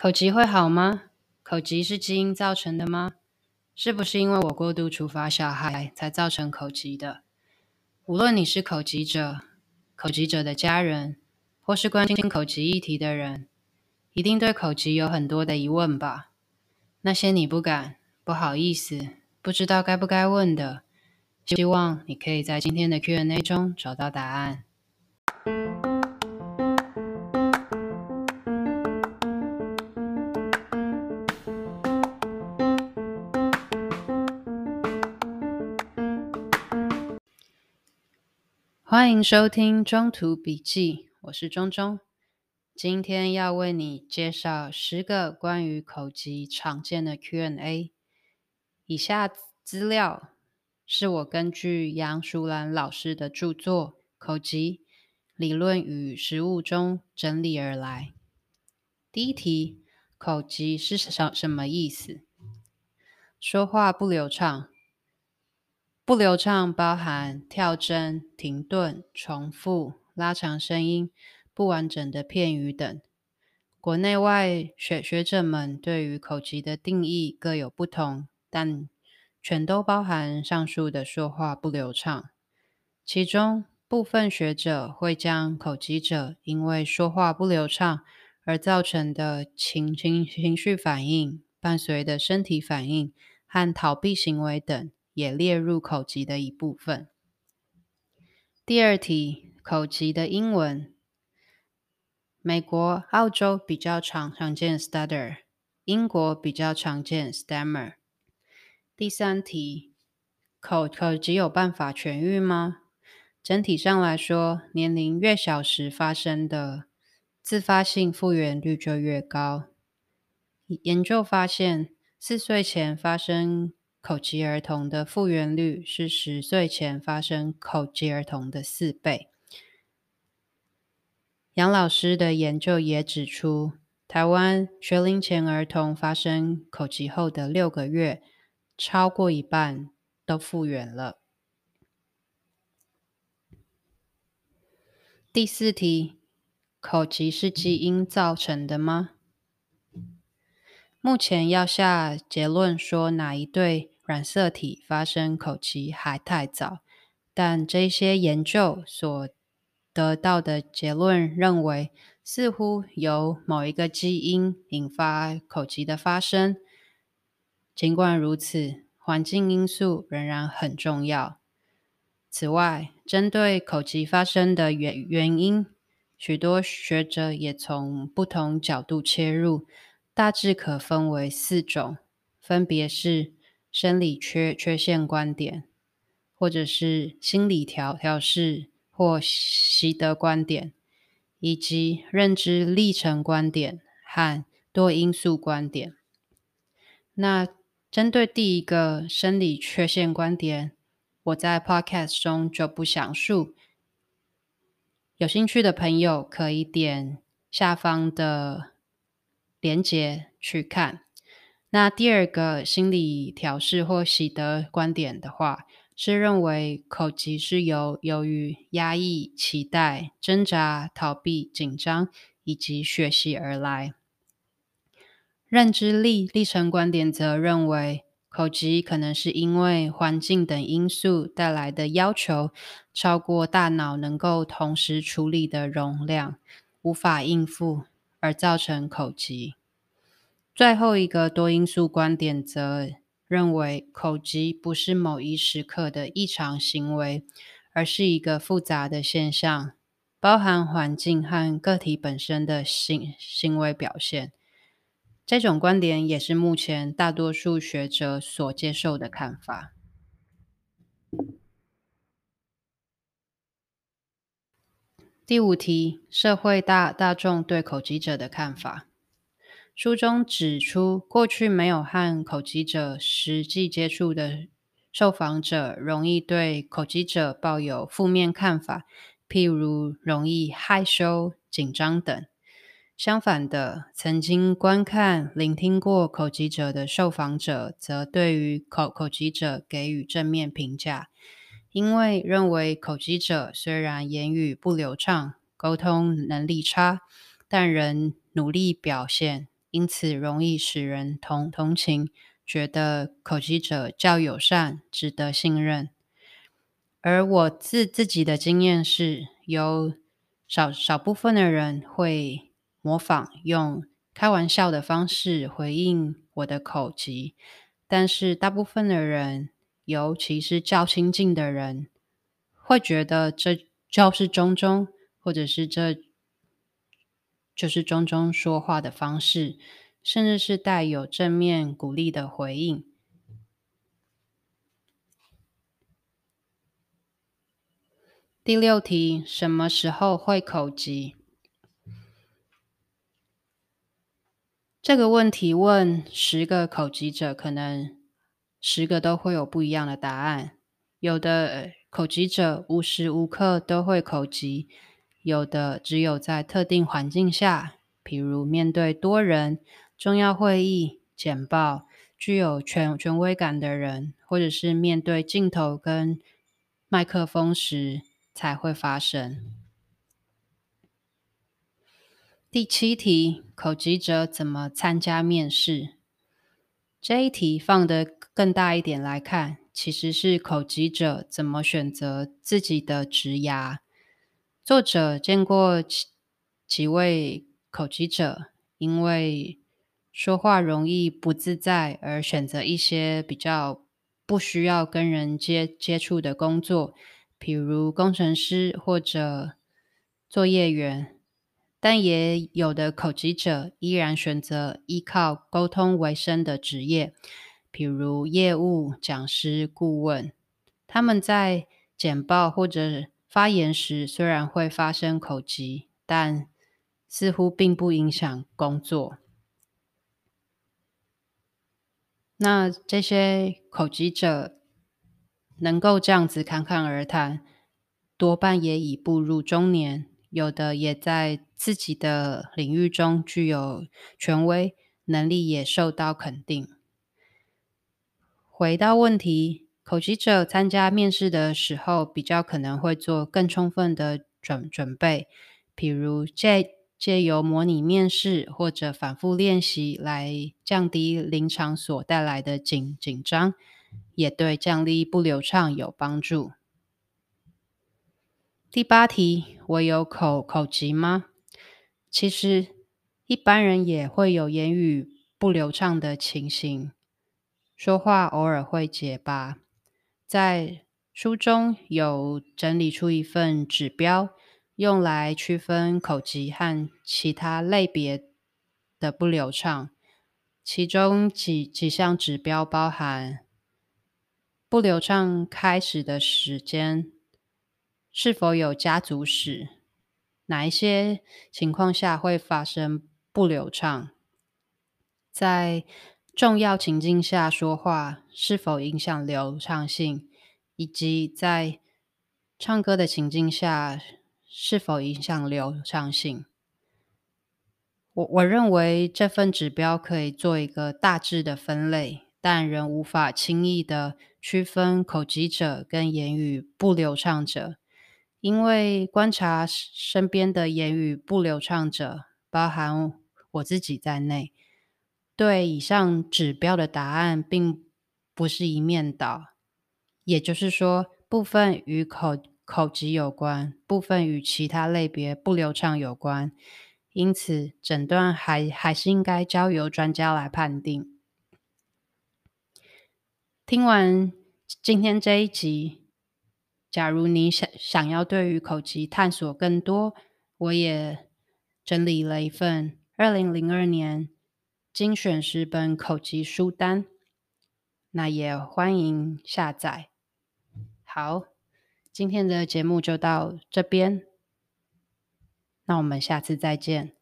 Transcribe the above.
口疾会好吗？口疾是基因造成的吗？是不是因为我过度处罚小孩才造成口疾的？无论你是口疾者、口疾者的家人，或是关心口疾议题的人，一定对口疾有很多的疑问吧？那些你不敢、不好意思、不知道该不该问的，希望你可以在今天的 Q&A 中找到答案。欢迎收听中途笔记，我是钟钟。今天要为你介绍10个关于口疾常见的 Q&A。以下资料是我根据杨淑兰老师的著作《口疾理论与实务》中整理而来。第一题，口疾是什么意思？说话不流畅。不流畅包含跳针、停顿、重复、拉长声音、不完整的片语等。国内外学者们对于口疾的定义各有不同，但全都包含上述的说话不流畅。其中部分学者会将口疾者因为说话不流畅而造成的情绪反应、伴随的身体反应和逃避行为等也列入口疾的一部分。第二题，口疾的英文。美国、澳洲比较常见 stutter， 英国比较常见 stammer。第三题，口疾有办法痊愈吗？整体上来说，年龄越小时发生的自发性复原率就越高。研究发现，4岁前发生口疾儿童的复原率是10岁前发生口疾儿童的4倍。杨老师的研究也指出，台湾学龄前儿童发生口疾后的6个月，超过一半都复原了。第4题，口疾是基因造成的吗？目前要下结论说哪一对染色体发生口疾还太早，但这些研究所得到的结论认为，似乎由某一个基因引发口疾的发生。尽管如此，环境因素仍然很重要。此外，针对口疾发生的原因，许多学者也从不同角度切入，大致可分为4种，分别是生理缺陷观点，或者是心理调试或习得观点，以及认知历程观点和多因素观点。那针对第一个生理缺陷观点，我在 podcast 中就不详述，有兴趣的朋友可以点下方的连结去看。那第二个心理调试或习得观点的话，是认为口疾是由于压抑、期待、挣扎、逃避、紧张以及学习而来。认知历程观点则认为，口疾可能是因为环境等因素带来的要求超过大脑能够同时处理的容量，无法应付而造成口疾。最后一个多因素观点则认为，口疾不是某一时刻的异常行为，而是一个复杂的现象，包含环境和个体本身的行为表现。这种观点也是目前大多数学者所接受的看法。第5题，社会大众对口疾者的看法。书中指出，过去没有和口疾者实际接触的受访者容易对口疾者抱有负面看法，譬如容易害羞、紧张等。相反的，曾经观看、聆听过口疾者的受访者，则对于口疾者给予正面评价，因为认为口疾者虽然言语不流畅、沟通能力差，但仍努力表现， 因此容易使人同情，觉得口疾者较友善，值得信任。而我自己的经验是，有少部分的人会模仿用开玩笑的方式回应我的口疾，但是大部分的人，尤其是较亲近的人，会觉得这就是中中，或者是这就是中中说话的方式，甚至是带有正面鼓励的回应。第六题，什么时候会口疾？这个问题问10个口疾者，可能10个都会有不一样的答案。有的口疾者无时无刻都会口疾，有的只有在特定环境下，比如面对多人、重要会议、简报、具有权威感的人，或者是面对镜头跟麦克风时才会发生。第7题，口疾者怎么参加面试？这一题放得更大一点来看，其实是口疾者怎么选择自己的职涯。作者见过几位口疾者，因为说话容易不自在，而选择一些比较不需要跟人接触的工作，比如工程师或者作业员。但也有的口疾者依然选择依靠沟通为生的职业，比如业务、讲师、顾问。他们在简报或者发言时虽然会发生口疾，但似乎并不影响工作。那这些口疾者能够这样子侃侃而谈，多半也已步入中年，有的也在自己的领域中具有权威，能力也受到肯定。回到问题，口疾者参加面试的时候，比较可能会做更充分的准备，比如借由模拟面试或者反复练习来降低临场所带来的紧张，也对降低不流畅有帮助。第8题，我有口疾吗？其实一般人也会有言语不流畅的情形，说话偶尔会结巴。在书中有整理出一份指标，用来区分口疾和其他类别的不流畅。其中几项指标包含不流畅开始的时间，是否有家族史，哪一些情况下会发生不流畅，在重要情境下说话是否影响流畅性，以及在唱歌的情境下是否影响流畅性。我认为这份指标可以做一个大致的分类，但仍无法轻易的区分口疾者跟言语不流畅者，因为观察身边的言语不流畅者，包含我自己在内，对以上指标的答案并不是一面倒。也就是说，部分与口疾有关，部分与其他类别不流畅有关，因此诊断还是应该交由专家来判定。听完今天这一集，假如你想要对于口疾探索更多，我也整理了一份2002年精选10本口疾书单，那也欢迎下载。好，今天的节目就到这边，那我们下次再见。